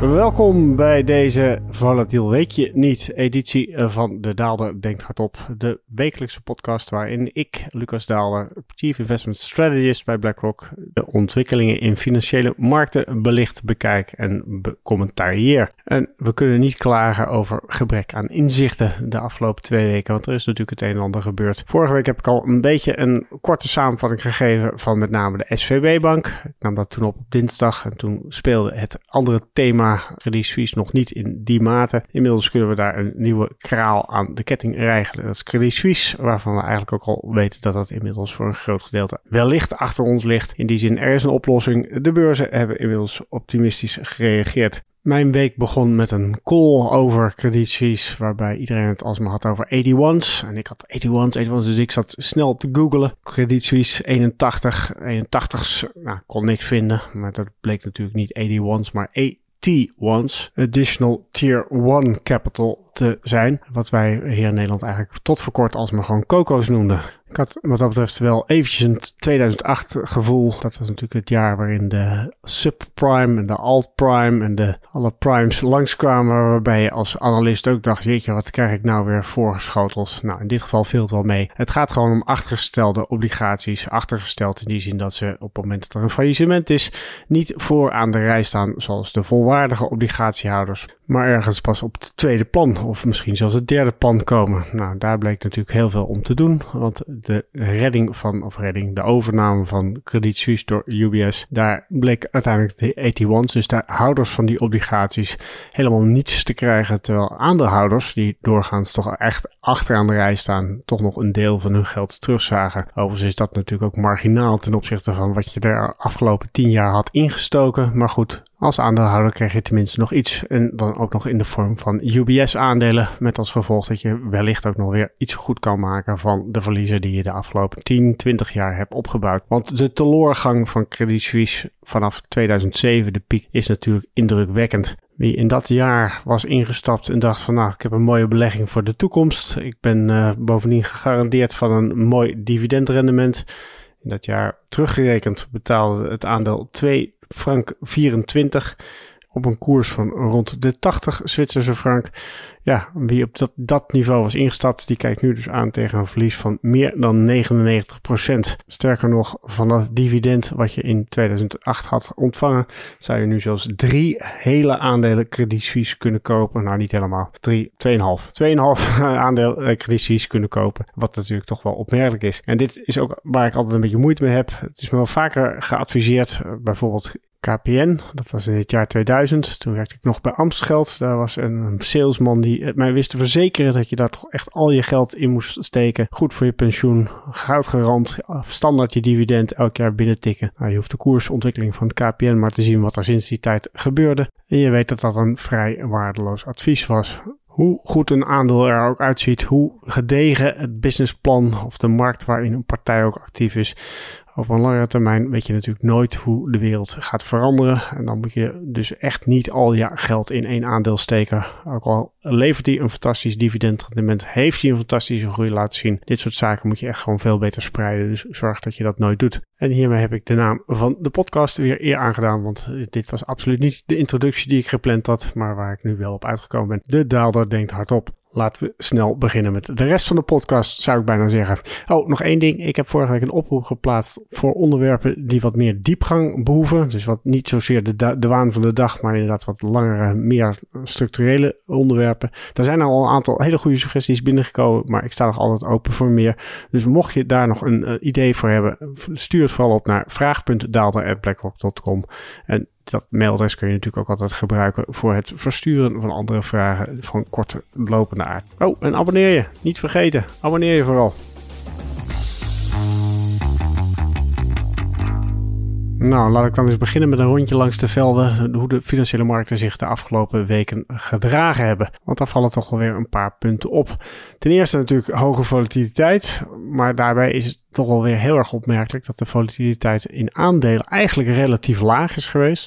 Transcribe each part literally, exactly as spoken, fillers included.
Welkom bij deze Volatiel Weekje Niet editie van De Daalder Denkt Hardop. De wekelijkse podcast waarin ik, Lucas Daalder, Chief Investment Strategist bij BlackRock, de ontwikkelingen in financiële markten belicht, bekijk en becommentarieer. En we kunnen niet klagen over gebrek aan inzichten de afgelopen twee weken, want er is natuurlijk het een en ander gebeurd. Vorige week heb ik al een beetje een korte samenvatting gegeven van met name de S V B-bank. Ik nam dat toen op op dinsdag en toen speelde het andere thema Credit Suisse nog niet in die mate. Inmiddels kunnen we daar een nieuwe kraal aan de ketting rijgen. Dat is Credit Suisse, waarvan we eigenlijk ook al weten dat dat inmiddels voor een groot gedeelte wellicht achter ons ligt. In die zin, er is een oplossing. De beurzen hebben inmiddels optimistisch gereageerd. Mijn week begon met een call over Credit Suisse, waarbij iedereen het alsmaar had over eenen's. En ik had eenen's, eenen's, dus ik zat snel te googlen. Credit Suisse eenentachtig, eenentachtig's, nou, kon niks vinden, maar dat bleek natuurlijk niet eenen's, maar E T one's, Additional Tier one Capital te zijn. Wat wij hier in Nederland eigenlijk tot voor kort alsmaar gewoon coco's noemden. Ik had wat dat betreft wel eventjes een tweeduizend acht gevoel. Dat was natuurlijk het jaar waarin de subprime en de altprime en de alle primes langskwamen. Waarbij je als analist ook dacht, jeetje, wat krijg ik nou weer voorgeschoteld? Nou, in dit geval viel het wel mee. Het gaat gewoon om achtergestelde obligaties. Achtergesteld in die zin dat ze op het moment dat er een faillissement is, niet voor aan de rij staan zoals de volwaardige obligatiehouders. Maar ergens pas op het tweede plan of misschien zelfs het derde plan komen. Nou, daar bleek natuurlijk heel veel om te doen. Want de redding van, of redding, de overname van Credit Suisse door U B S, daar bleek uiteindelijk de eenen's, dus de houders van die obligaties, helemaal niets te krijgen. Terwijl aandeelhouders, die doorgaans toch echt achteraan de rij staan, toch nog een deel van hun geld terugzagen. Overigens is dat natuurlijk ook marginaal ten opzichte van wat je de afgelopen tien jaar had ingestoken. Maar goed, als aandeelhouder kreeg je tenminste nog iets. En dan ook nog in de vorm van U B S-aandelen. Met als gevolg dat je wellicht ook nog weer iets goed kan maken van de verliezen die je de afgelopen tien, twintig jaar hebt opgebouwd. Want de teloorgang van Credit Suisse vanaf tweeduizend zeven, de piek, is natuurlijk indrukwekkend. Wie in dat jaar was ingestapt en dacht van nou, ik heb een mooie belegging voor de toekomst. Ik ben uh, bovendien gegarandeerd van een mooi dividendrendement. In dat jaar teruggerekend betaalde het aandeel twee frank vierentwintig op een koers van rond de tachtig Zwitserse frank. Ja, wie op dat, dat niveau was ingestapt, die kijkt nu dus aan tegen een verlies van meer dan negenennegentig procent. Sterker nog, van dat dividend wat je in tweeduizend acht had ontvangen, zou je nu zelfs drie hele aandelen Credit Suisse kunnen kopen. Nou, niet helemaal. Drie, tweeënhalf. Tweeënhalf aandeel Credit Suisse kunnen kopen. Wat natuurlijk toch wel opmerkelijk is. En dit is ook waar ik altijd een beetje moeite mee heb. Het is me wel vaker geadviseerd, bijvoorbeeld K P N, dat was in het jaar tweeduizend. Toen werkte ik nog bij Amstgeld. Daar was een salesman die mij wist te verzekeren dat je daar toch echt al je geld in moest steken. Goed voor je pensioen, goudgarant, standaard je dividend elk jaar binnentikken. Nou, je hoeft de koersontwikkeling van het K P N maar te zien wat er sinds die tijd gebeurde. En je weet dat dat een vrij waardeloos advies was. Hoe goed een aandeel er ook uitziet, hoe gedegen het businessplan of de markt waarin een partij ook actief is. Op een langere termijn weet je natuurlijk nooit hoe de wereld gaat veranderen. En dan moet je dus echt niet al je geld in één aandeel steken. Ook al levert hij een fantastisch dividendrendement, heeft hij een fantastische groei laten zien. Dit soort zaken moet je echt gewoon veel beter spreiden. Dus zorg dat je dat nooit doet. En hiermee heb ik de naam van de podcast weer eer aangedaan. Want dit was absoluut niet de introductie die ik gepland had, maar waar ik nu wel op uitgekomen ben. De Daalder Denkt Hardop. Laten we snel beginnen met de rest van de podcast, zou ik bijna zeggen. Oh, nog één ding. Ik heb vorige week een oproep geplaatst voor onderwerpen die wat meer diepgang behoeven. Dus wat niet zozeer de, da- de waan van de dag, maar inderdaad wat langere, meer structurele onderwerpen. Er zijn al een aantal hele goede suggesties binnengekomen, maar ik sta nog altijd open voor meer. Dus mocht je daar nog een uh, idee voor hebben, stuur het vooral op naar vraag punt daalder at blackrock punt com. En dat mailadres kun je natuurlijk ook altijd gebruiken voor het versturen van andere vragen van korte lopende aard. Oh, en abonneer je. Niet vergeten. Abonneer je vooral. Nou, laat ik dan eens beginnen met een rondje langs de velden. Hoe de financiële markten zich de afgelopen weken gedragen hebben. Want daar vallen toch wel weer een paar punten op. Ten eerste natuurlijk hoge volatiliteit. Maar daarbij is het toch wel weer heel erg opmerkelijk dat de volatiliteit in aandelen eigenlijk relatief laag is geweest.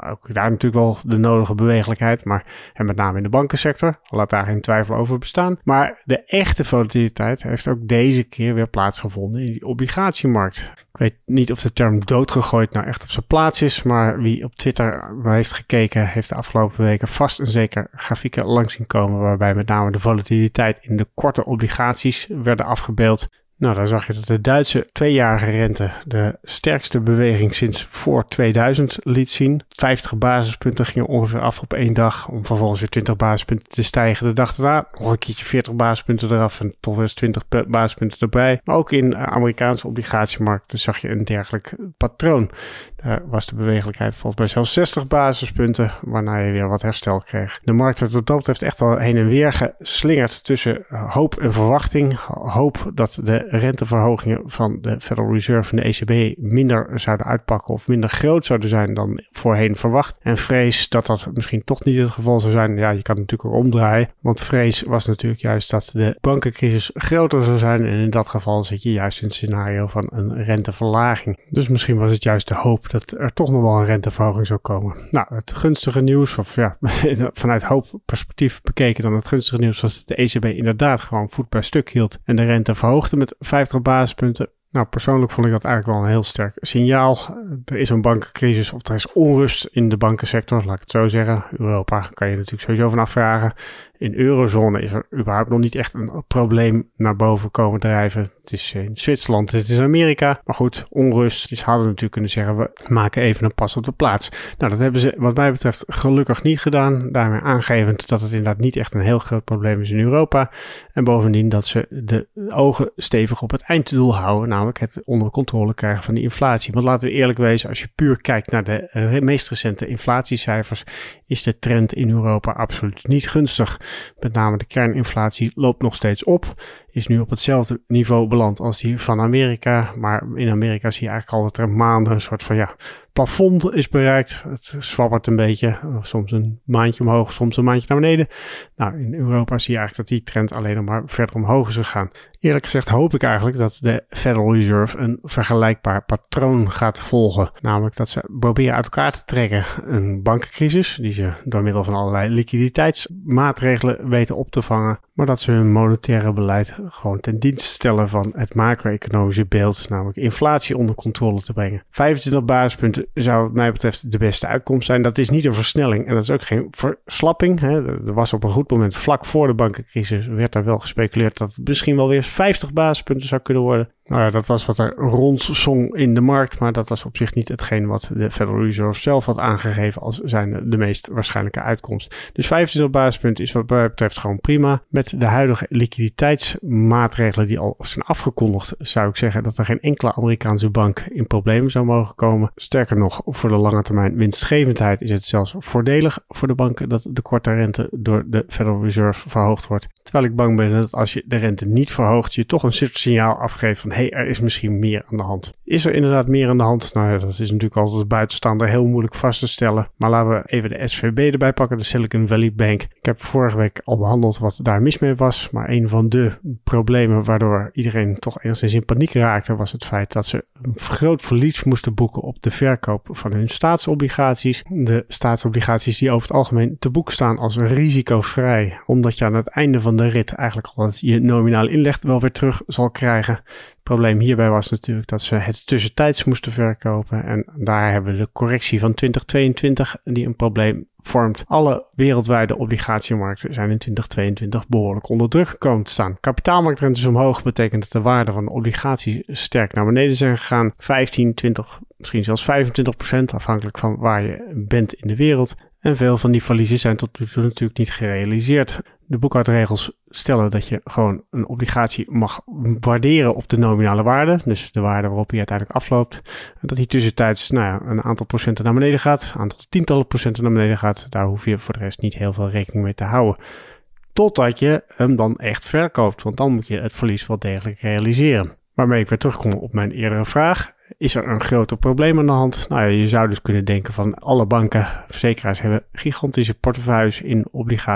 Ook daar natuurlijk wel de nodige bewegelijkheid, maar en met name in de bankensector. Laat daar geen twijfel over bestaan. Maar de echte volatiliteit heeft ook deze keer weer plaatsgevonden in die obligatiemarkt. Ik weet niet of de term doodgegooid nou echt op zijn plaats is, maar wie op Twitter heeft gekeken, heeft de afgelopen weken vast en zeker grafieken langs zien komen, waarbij met name de volatiliteit in de korte obligaties werden afgebeeld. Nou, dan zag je dat de Duitse tweejarige rente de sterkste beweging sinds voor tweeduizend liet zien. vijftig basispunten gingen ongeveer af op één dag, om vervolgens weer twintig basispunten te stijgen. De dag daarna nog een keertje veertig basispunten eraf en toch weer eens twintig basispunten erbij. Maar ook in Amerikaanse obligatiemarkten zag je een dergelijk patroon. Daar was de bewegelijkheid volgens mij zelfs zestig basispunten, waarna je weer wat herstel kreeg. De markt werd wat dat betreft echt wel heen en weer geslingerd tussen hoop en verwachting. Hoop dat de renteverhogingen van de Federal Reserve en de E C B minder zouden uitpakken of minder groot zouden zijn dan voorheen verwacht. En vrees dat dat misschien toch niet het geval zou zijn. Ja, je kan het natuurlijk ook omdraaien. Want vrees was natuurlijk juist dat de bankencrisis groter zou zijn. En in dat geval zit je juist in het scenario van een renteverlaging. Dus misschien was het juist de hoop dat er toch nog wel een renteverhoging zou komen. Nou, het gunstige nieuws, of ja, vanuit hoopperspectief bekeken dan het gunstige nieuws, was dat de E C B inderdaad gewoon voet bij stuk hield en de rente verhoogde met vijftig basispunten. Nou, persoonlijk vond ik dat eigenlijk wel een heel sterk signaal. Er is een bankencrisis of er is onrust in de bankensector, laat ik het zo zeggen. Europa kan je natuurlijk sowieso van afvragen. In eurozone is er überhaupt nog niet echt een probleem naar boven komen drijven. Het is in Zwitserland, het is in Amerika. Maar goed, onrust. Dus hadden natuurlijk kunnen zeggen, we maken even een pas op de plaats. Nou, dat hebben ze wat mij betreft gelukkig niet gedaan. Daarmee aangevend dat het inderdaad niet echt een heel groot probleem is in Europa. En bovendien dat ze de ogen stevig op het einddoel houden. Namelijk het onder controle krijgen van die inflatie. Want laten we eerlijk wezen, als je puur kijkt naar de meest recente inflatiecijfers, is de trend in Europa absoluut niet gunstig. Met name de kerninflatie loopt nog steeds op. Is nu op hetzelfde niveau beland als die van Amerika. Maar in Amerika zie je eigenlijk al dat er maanden een soort van ja, plafond is bereikt. Het zwabbert een beetje. Soms een maandje omhoog, soms een maandje naar beneden. Nou, in Europa zie je eigenlijk dat die trend alleen nog maar verder omhoog is gegaan. Eerlijk gezegd hoop ik eigenlijk dat de Federal Reserve een vergelijkbaar patroon gaat volgen. Namelijk dat ze proberen uit elkaar te trekken een bankencrisis, die ze door middel van allerlei liquiditeitsmaatregelen weten op te vangen. Maar dat ze hun monetaire beleid gewoon ten dienste stellen van het macro-economische beeld, namelijk inflatie onder controle te brengen. vijfentwintig basispunten zou wat mij betreft de beste uitkomst zijn. Dat is niet een versnelling en dat is ook geen verslapping. Hè. Er was op een goed moment vlak voor de bankencrisis, werd daar wel gespeculeerd dat het misschien wel weer vijftig basispunten zou kunnen worden. Nou ja, dat was wat er rondzong in de markt, maar dat was op zich niet hetgeen wat de Federal Reserve zelf had aangegeven als zijn de meest waarschijnlijke uitkomst. Dus vijfentwintig basispunten is wat mij betreft gewoon prima. Met de huidige liquiditeitsmaatregelen die al zijn afgekondigd, zou ik zeggen dat er geen enkele Amerikaanse bank in problemen zou mogen komen. Sterker nog, voor de lange termijn winstgevendheid is het zelfs voordelig voor de banken dat de korte rente door de Federal Reserve verhoogd wordt. Terwijl ik bang ben dat als je de rente niet verhoogt, je toch een soort signaal afgeeft van hey, er is misschien meer aan de hand. Is er inderdaad meer aan de hand? Nou ja, dat is natuurlijk altijd als buitenstaander heel moeilijk vast te stellen. Maar laten we even de S V B erbij pakken, de Silicon Valley Bank. Ik heb vorige week al behandeld wat daar mis mee was. Maar een van de problemen waardoor iedereen toch enigszins in paniek raakte, was het feit dat ze een groot verlies moesten boeken op de verkoop van hun staatsobligaties. De staatsobligaties die over het algemeen te boek staan als risicovrij. Omdat je aan het einde van de rit eigenlijk al je nominale inleg wel weer terug zal krijgen. Het probleem hierbij was natuurlijk dat ze het tussentijds moesten verkopen. En daar hebben we de correctie van twintig tweeëntwintig die een probleem vormt. Alle wereldwijde obligatiemarkten zijn in twintig tweeëntwintig behoorlijk onder druk gekomen te staan. Kapitaalmarktrentes omhoog betekent dat de waarde van de obligaties sterk naar beneden zijn gegaan. vijftien, twintig, misschien zelfs vijfentwintig procent afhankelijk van waar je bent in de wereld. En veel van die verliezen zijn tot nu toe natuurlijk niet gerealiseerd. De boekhoudregels stellen dat je gewoon een obligatie mag waarderen op de nominale waarde. Dus de waarde waarop hij uiteindelijk afloopt. En dat die tussentijds nou ja, een aantal procenten naar beneden gaat. Een aantal tientallen procenten naar beneden gaat. Daar hoef je voor de rest niet heel veel rekening mee te houden. Totdat je hem dan echt verkoopt. Want dan moet je het verlies wel degelijk realiseren. Waarmee ik weer terugkom op mijn eerdere vraag. Is er een groter probleem aan de hand? Nou ja, je zou dus kunnen denken van alle banken, verzekeraars hebben gigantische portefeuilles in obligaties.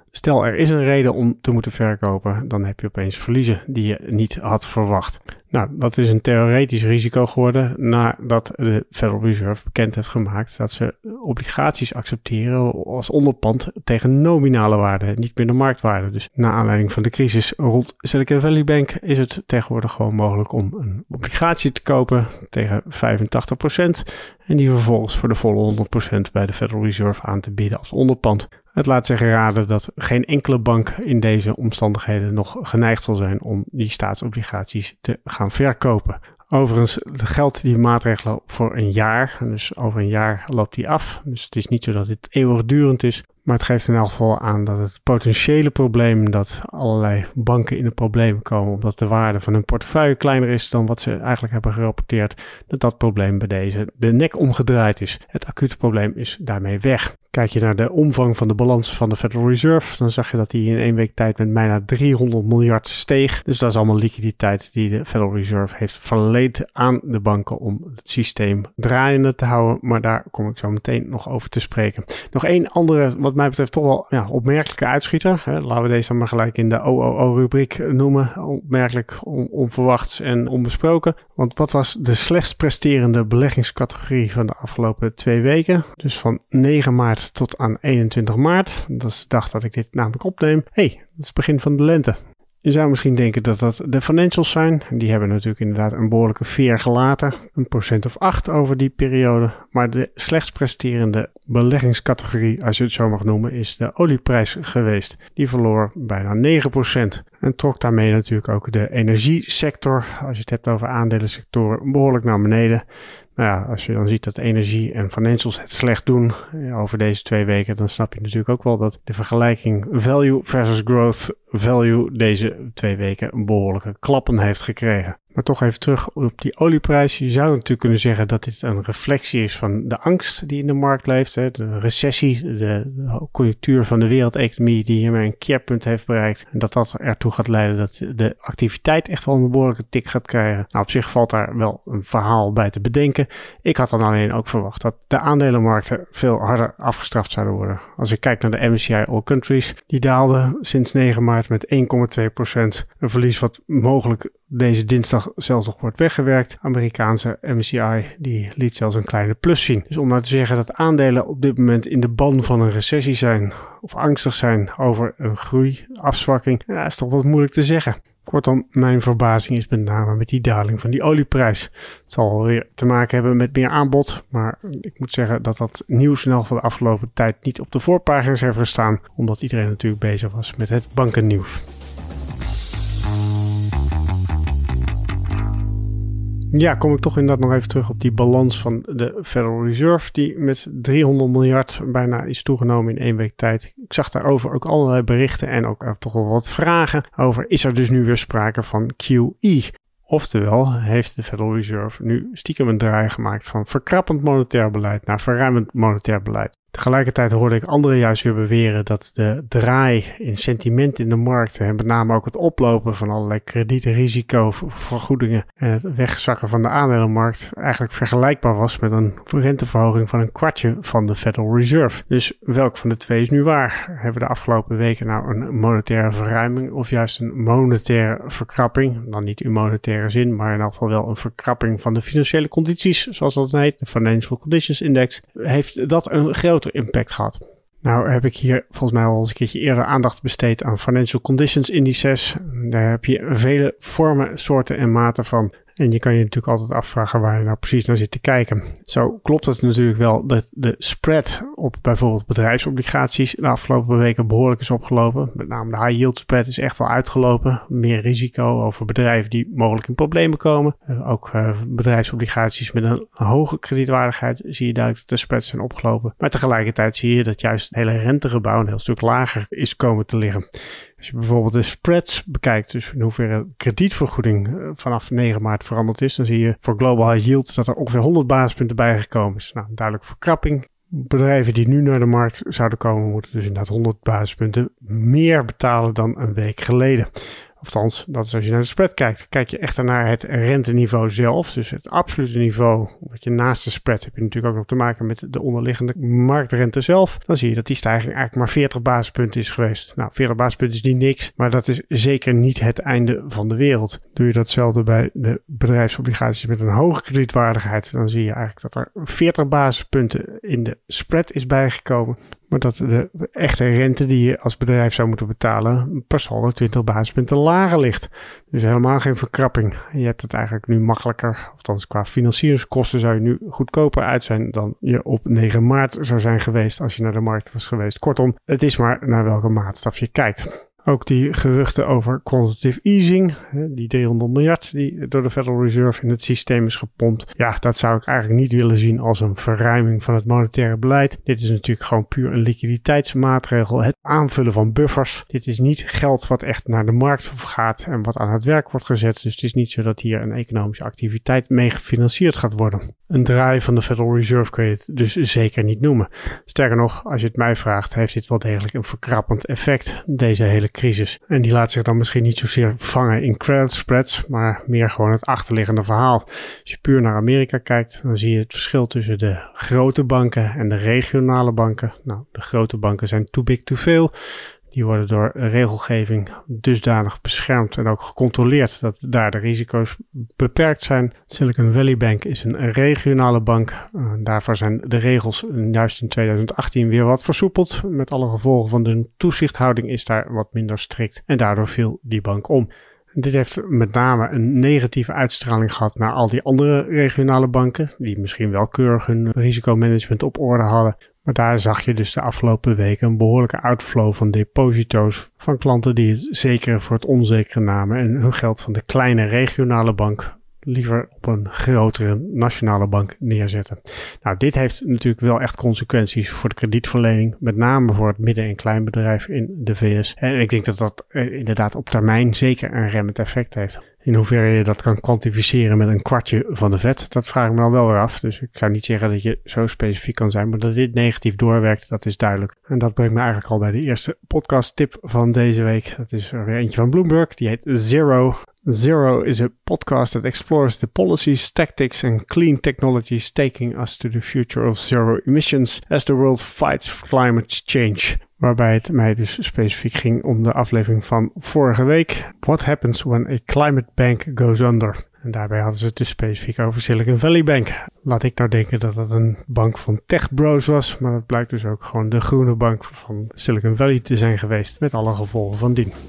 Stel er is een reden om te moeten verkopen, dan heb je opeens verliezen die je niet had verwacht. Nou, dat is een theoretisch risico geworden nadat de Federal Reserve bekend heeft gemaakt dat ze obligaties accepteren als onderpand tegen nominale waarde, niet meer de marktwaarde. Dus na aanleiding van de crisis rond Silicon Valley Bank is het tegenwoordig gewoon mogelijk om een obligatie te kopen tegen vijfentachtig procent en die vervolgens voor de volle honderd procent bij de Federal Reserve aan te bieden als onderpand. Het laat zich raden dat geen enkele bank in deze omstandigheden nog geneigd zal zijn om die staatsobligaties te gaan verkopen. Overigens geldt die maatregelen voor een jaar, dus over een jaar loopt die af. Dus het is niet zo dat dit eeuwigdurend is, maar het geeft in elk geval aan dat het potentiële probleem dat allerlei banken in de problemen komen omdat de waarde van hun portefeuille kleiner is dan wat ze eigenlijk hebben gerapporteerd, dat dat probleem bij deze de nek omgedraaid is. Het acute probleem is daarmee weg. Kijk je naar de omvang van de balans van de Federal Reserve, dan zag je dat die in één week tijd met bijna driehonderd miljard steeg. Dus dat is allemaal liquiditeit die de Federal Reserve heeft verleend aan de banken om het systeem draaiende te houden. Maar daar kom ik zo meteen nog over te spreken. Nog één andere, wat mij betreft toch wel ja, opmerkelijke uitschieter. Hè. Laten we deze dan maar gelijk in de O O O-rubriek noemen. Opmerkelijk, on- onverwachts en onbesproken. Want wat was de slechtst presterende beleggingscategorie van de afgelopen twee weken? Dus van negen maart tot aan eenentwintig maart. Dat is de dag dat ik dit namelijk opneem. Hé, hey, dat is het begin van de lente. Je zou misschien denken dat dat de financials zijn. Die hebben natuurlijk inderdaad een behoorlijke veer gelaten. Een procent of acht over die periode. Maar de slechtst presterende beleggingscategorie, als je het zo mag noemen, is de olieprijs geweest. Die verloor bijna negen procent. En trok daarmee natuurlijk ook de energiesector, als je het hebt over aandelensectoren, behoorlijk naar beneden. Nou ja, als je dan ziet dat energie en financials het slecht doen over deze twee weken, dan snap je natuurlijk ook wel dat de vergelijking value versus growth value deze twee weken een behoorlijke klappen heeft gekregen. Maar toch even terug op die olieprijs. Je zou natuurlijk kunnen zeggen dat dit een reflectie is van de angst die in de markt leeft. Hè. De recessie, de conjunctuur van de wereldeconomie die hiermee een keerpunt heeft bereikt. En dat dat ertoe gaat leiden dat de activiteit echt wel een behoorlijke tik gaat krijgen. Nou, op zich valt daar wel een verhaal bij te bedenken. Ik had dan alleen ook verwacht dat de aandelenmarkten veel harder afgestraft zouden worden. Als ik kijk naar de M S C I All Countries, die daalde sinds negen maart met één komma twee procent. Een verlies wat mogelijk deze dinsdag zelfs nog wordt weggewerkt. Amerikaanse M S C I die liet zelfs een kleine plus zien. Dus om nou te zeggen dat aandelen op dit moment in de ban van een recessie zijn of angstig zijn over een groei, afzwakking, ja, is toch wat moeilijk te zeggen. Kortom, mijn verbazing is met name met die daling van die olieprijs. Het zal wel weer te maken hebben met meer aanbod, maar ik moet zeggen dat dat nieuws snel van de afgelopen tijd niet op de voorpagina's heeft gestaan, omdat iedereen natuurlijk bezig was met het bankennieuws. Ja, kom ik toch inderdaad nog even terug op die balans van de Federal Reserve, die met driehonderd miljard bijna is toegenomen in één week tijd. Ik zag daarover ook allerlei berichten en ook toch wel wat vragen over, is er dus nu weer sprake van Q E? Oftewel heeft de Federal Reserve nu stiekem een draai gemaakt van verkrappend monetair beleid naar verruimend monetair beleid. Tegelijkertijd hoorde ik anderen juist weer beweren dat de draai in sentiment in de markten en met name ook het oplopen van allerlei kredietrisicovergoedingen en het wegzakken van de aandelenmarkt eigenlijk vergelijkbaar was met een renteverhoging van een kwartje van de Federal Reserve. Dus welk van de twee is nu waar? Hebben we de afgelopen weken nou een monetaire verruiming of juist een monetaire verkrapping? Dan niet in monetaire zin, maar in elk geval wel een verkrapping van de financiële condities, zoals dat heet, de Financial Conditions Index. Heeft dat een grotere impact gehad? Nou heb ik hier volgens mij al eens een keertje eerder aandacht besteed aan Financial Conditions Indices. Daar heb je vele vormen, soorten en maten van. En je kan je natuurlijk altijd afvragen waar je nou precies naar zit te kijken. Zo klopt het natuurlijk wel dat de spread op bijvoorbeeld bedrijfsobligaties de afgelopen weken behoorlijk is opgelopen. Met name de high yield spread is echt wel uitgelopen. Meer risico over bedrijven die mogelijk in problemen komen. Uh, ook uh, bedrijfsobligaties met een hoge kredietwaardigheid zie je duidelijk dat de spreads zijn opgelopen. Maar tegelijkertijd zie je dat juist het hele rentegebouw een heel stuk lager is komen te liggen. Als je bijvoorbeeld de spreads bekijkt, dus in hoeverre kredietvergoeding vanaf negen maart veranderd is, dan zie je voor Global High Yield dat er ongeveer honderd basispunten bijgekomen is. Nou, duidelijk verkrapping. Bedrijven die nu naar de markt zouden komen, moeten dus inderdaad honderd basispunten meer betalen dan een week geleden. Althans, dat is als je naar de spread kijkt. Kijk je echt naar het renteniveau zelf, dus het absolute niveau, wat je naast de spread heb je natuurlijk ook nog te maken met de onderliggende marktrente zelf. Dan zie je dat die stijging eigenlijk maar veertig basispunten is geweest. Nou, veertig basispunten is niet niks, maar dat is zeker niet het einde van de wereld. Doe je datzelfde bij de bedrijfsobligaties met een hoge kredietwaardigheid, dan zie je eigenlijk dat er veertig basispunten in de spread is bijgekomen. Maar dat de echte rente die je als bedrijf zou moeten betalen per saldo twintig basispunten lager ligt. Dus helemaal geen verkrapping. Je hebt het eigenlijk nu makkelijker, althans qua financieringskosten zou je nu goedkoper uit zijn dan je op negen maart zou zijn geweest als je naar de markt was geweest. Kortom, het is maar naar welke maatstaf je kijkt. Ook die geruchten over quantitative easing, die driehonderd miljard die door de Federal Reserve in het systeem is gepompt. Ja, dat zou ik eigenlijk niet willen zien als een verruiming van het monetaire beleid. Dit is natuurlijk gewoon puur een liquiditeitsmaatregel, het aanvullen van buffers. Dit is niet geld wat echt naar de markt gaat en wat aan het werk wordt gezet. Dus het is niet zo dat hier een economische activiteit mee gefinancierd gaat worden. Een draai van de Federal Reserve kun je het dus zeker niet noemen. Sterker nog, als je het mij vraagt, heeft dit wel degelijk een verkrappend effect, deze hele crisis. En die laat zich dan misschien niet zozeer vangen in credit spreads, maar meer gewoon het achterliggende verhaal. Als je puur naar Amerika kijkt, dan zie je het verschil tussen de grote banken en de regionale banken. Nou, de grote banken zijn too big to fail. Die worden door regelgeving dusdanig beschermd en ook gecontroleerd dat daar de risico's beperkt zijn. Silicon Valley Bank is een regionale bank. Uh, daarvoor zijn de regels juist in twintig achttien weer wat versoepeld. Met alle gevolgen van de toezichthouding is daar wat minder strikt en daardoor viel die bank om. Dit heeft met name een negatieve uitstraling gehad naar al die andere regionale banken, die misschien wel keurig hun risicomanagement op orde hadden. Maar daar zag je dus de afgelopen weken een behoorlijke outflow van deposito's van klanten die het zekere voor het onzekere namen en hun geld van de kleine regionale bank liever op een grotere nationale bank neerzetten. Nou, dit heeft natuurlijk wel echt consequenties voor de kredietverlening, met name voor het midden- en kleinbedrijf in de V S. En ik denk dat dat eh, inderdaad op termijn zeker een remmend effect heeft. In hoeverre je dat kan kwantificeren met een kwartje van de vet, dat vraag ik me dan wel weer af. Dus ik zou niet zeggen dat je zo specifiek kan zijn, maar dat dit negatief doorwerkt, dat is duidelijk. En dat brengt me eigenlijk al bij de eerste podcast tip van deze week. Dat is er weer eentje van Bloomberg, die heet Zero. Zero is a podcast that explores the policies, tactics and clean technologies taking us to the future of zero emissions as the world fights climate change. Waarbij het mij dus specifiek ging om de aflevering van vorige week. What happens when a climate bank goes under? En daarbij hadden ze het dus specifiek over Silicon Valley Bank. Laat ik nou denken dat dat een bank van tech bros was, maar dat blijkt dus ook gewoon de groene bank van Silicon Valley te zijn geweest, met alle gevolgen van dien.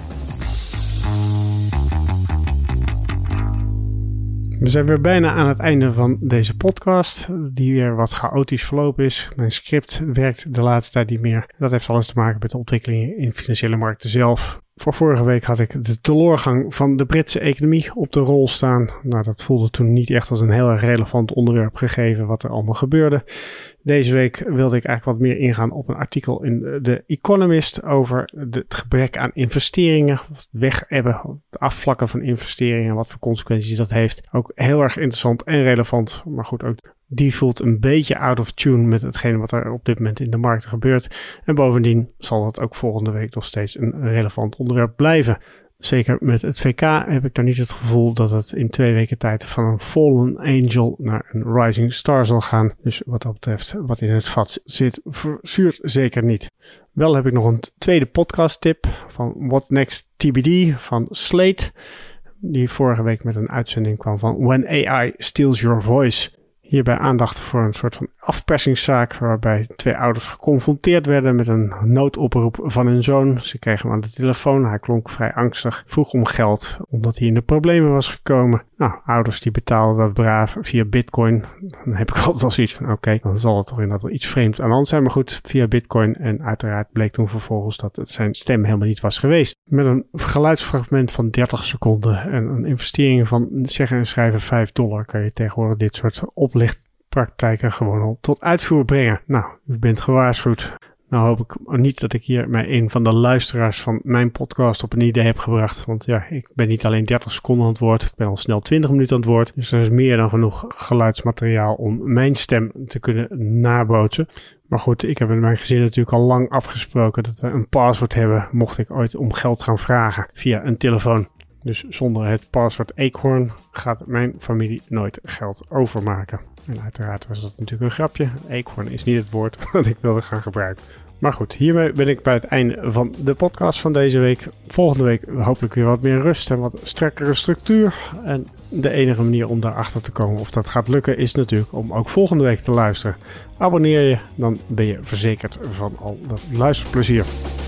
We zijn weer bijna aan het einde van deze podcast, die weer wat chaotisch verlopen is. Mijn script werkt de laatste tijd niet meer. Dat heeft alles te maken met de ontwikkelingen in financiële markten zelf. Voor vorige week had ik de teleurgang van de Britse economie op de rol staan. Nou, dat voelde toen niet echt als een heel erg relevant onderwerp gegeven wat er allemaal gebeurde. Deze week wilde ik eigenlijk wat meer ingaan op een artikel in The Economist over het gebrek aan investeringen, het wegebben, het afvlakken van investeringen, wat voor consequenties dat heeft. Ook heel erg interessant en relevant, maar goed, ook die voelt een beetje out of tune met hetgene wat er op dit moment in de markt gebeurt. En bovendien zal dat ook volgende week nog steeds een relevant onderwerp blijven. Zeker met het V K heb ik daar niet het gevoel dat het in twee weken tijd van een fallen angel naar een rising star zal gaan. Dus wat dat betreft, wat in het vat zit, verzuurt zeker niet. Wel heb ik nog een tweede podcast tip van What Next T B D van Slate, die vorige week met een uitzending kwam van When A I Steals Your Voice. Hierbij aandacht voor een soort van afpersingszaak waarbij twee ouders geconfronteerd werden met een noodoproep van hun zoon. Ze kregen hem aan de telefoon, hij klonk vrij angstig, vroeg om geld omdat hij in de problemen was gekomen. Nou, ouders die betaalden dat braaf via Bitcoin. Dan heb ik altijd al zoiets van oké, okay, dan zal het toch inderdaad wel iets vreemd aan de hand zijn. Maar goed, via Bitcoin en uiteraard bleek toen vervolgens dat het zijn stem helemaal niet was geweest. Met een geluidsfragment van dertig seconden en een investering van zeggen en schrijven vijf dollar kan je tegenwoordig dit soort oplichtpraktijken gewoon al tot uitvoer brengen. Nou, u bent gewaarschuwd. Nou hoop ik niet dat ik hier met een van de luisteraars van mijn podcast op een idee heb gebracht. Want ja, ik ben niet alleen dertig seconden aan het woord. Ik ben al snel twintig minuten aan het woord. Dus er is meer dan genoeg geluidsmateriaal om mijn stem te kunnen nabootsen. Maar goed, ik heb met mijn gezin natuurlijk al lang afgesproken dat we een paswoord hebben, mocht ik ooit om geld gaan vragen via een telefoon. Dus zonder het paswoord Acorn gaat mijn familie nooit geld overmaken. En uiteraard was dat natuurlijk een grapje. Acorn is niet het woord wat ik wilde gaan gebruiken. Maar goed, hiermee ben ik bij het einde van de podcast van deze week. Volgende week hopelijk weer wat meer rust en wat strakkere structuur. En de enige manier om daarachter te komen of dat gaat lukken is natuurlijk om ook volgende week te luisteren. Abonneer je, dan ben je verzekerd van al dat luisterplezier.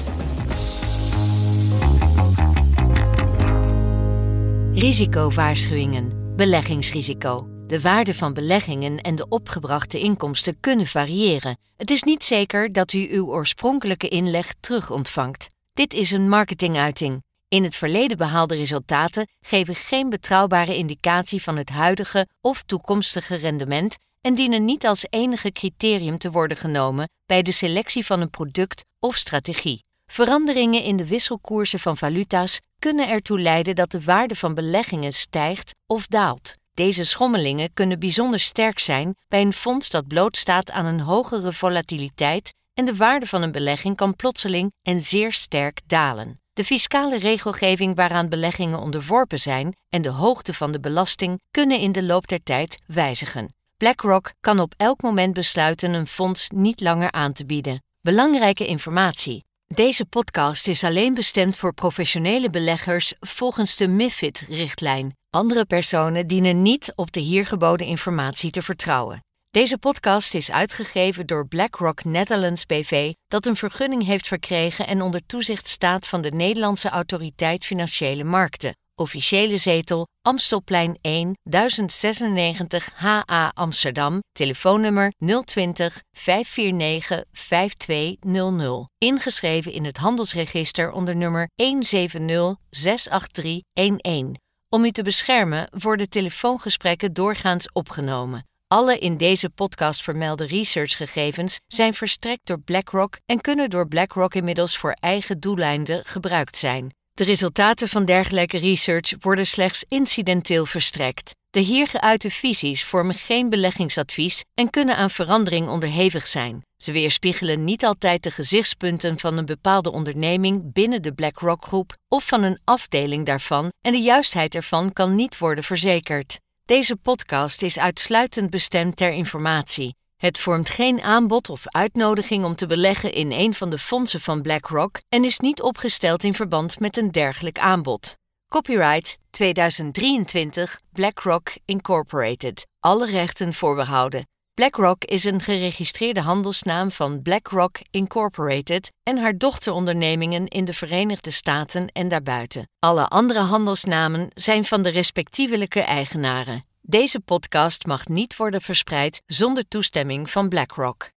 Risicowaarschuwingen. Beleggingsrisico. De waarde van beleggingen en de opgebrachte inkomsten kunnen variëren. Het is niet zeker dat u uw oorspronkelijke inleg terug ontvangt. Dit is een marketinguiting. In het verleden behaalde resultaten geven geen betrouwbare indicatie van het huidige of toekomstige rendement en dienen niet als enige criterium te worden genomen bij de selectie van een product of strategie. Veranderingen in de wisselkoersen van valuta's kunnen ertoe leiden dat de waarde van beleggingen stijgt of daalt. Deze schommelingen kunnen bijzonder sterk zijn bij een fonds dat blootstaat aan een hogere volatiliteit en de waarde van een belegging kan plotseling en zeer sterk dalen. De fiscale regelgeving waaraan beleggingen onderworpen zijn en de hoogte van de belasting kunnen in de loop der tijd wijzigen. BlackRock kan op elk moment besluiten een fonds niet langer aan te bieden. Belangrijke informatie. Deze podcast is alleen bestemd voor professionele beleggers volgens de MiFID-richtlijn. Andere personen dienen niet op de hier geboden informatie te vertrouwen. Deze podcast is uitgegeven door BlackRock Netherlands B V, dat een vergunning heeft verkregen en onder toezicht staat van de Nederlandse Autoriteit Financiële Markten. Officiële zetel Amstelplein één, duizend zesennegentig H A Amsterdam, telefoonnummer nul twintig, vijf vier negen, vijf twee nul nul. Ingeschreven in het handelsregister onder nummer een zeven nul zes acht drie een een. Om u te beschermen worden telefoongesprekken doorgaans opgenomen. Alle in deze podcast vermelde researchgegevens zijn verstrekt door BlackRock en kunnen door BlackRock inmiddels voor eigen doeleinden gebruikt zijn. De resultaten van dergelijke research worden slechts incidenteel verstrekt. De hier geuite visies vormen geen beleggingsadvies en kunnen aan verandering onderhevig zijn. Ze weerspiegelen niet altijd de gezichtspunten van een bepaalde onderneming binnen de BlackRock-groep of van een afdeling daarvan en de juistheid ervan kan niet worden verzekerd. Deze podcast is uitsluitend bestemd ter informatie. Het vormt geen aanbod of uitnodiging om te beleggen in een van de fondsen van BlackRock en is niet opgesteld in verband met een dergelijk aanbod. Copyright tweeduizend drieëntwintig BlackRock Incorporated. Alle rechten voorbehouden. BlackRock is een geregistreerde handelsnaam van BlackRock Incorporated en haar dochterondernemingen in de Verenigde Staten en daarbuiten. Alle andere handelsnamen zijn van de respectievelijke eigenaren. Deze podcast mag niet worden verspreid zonder toestemming van BlackRock.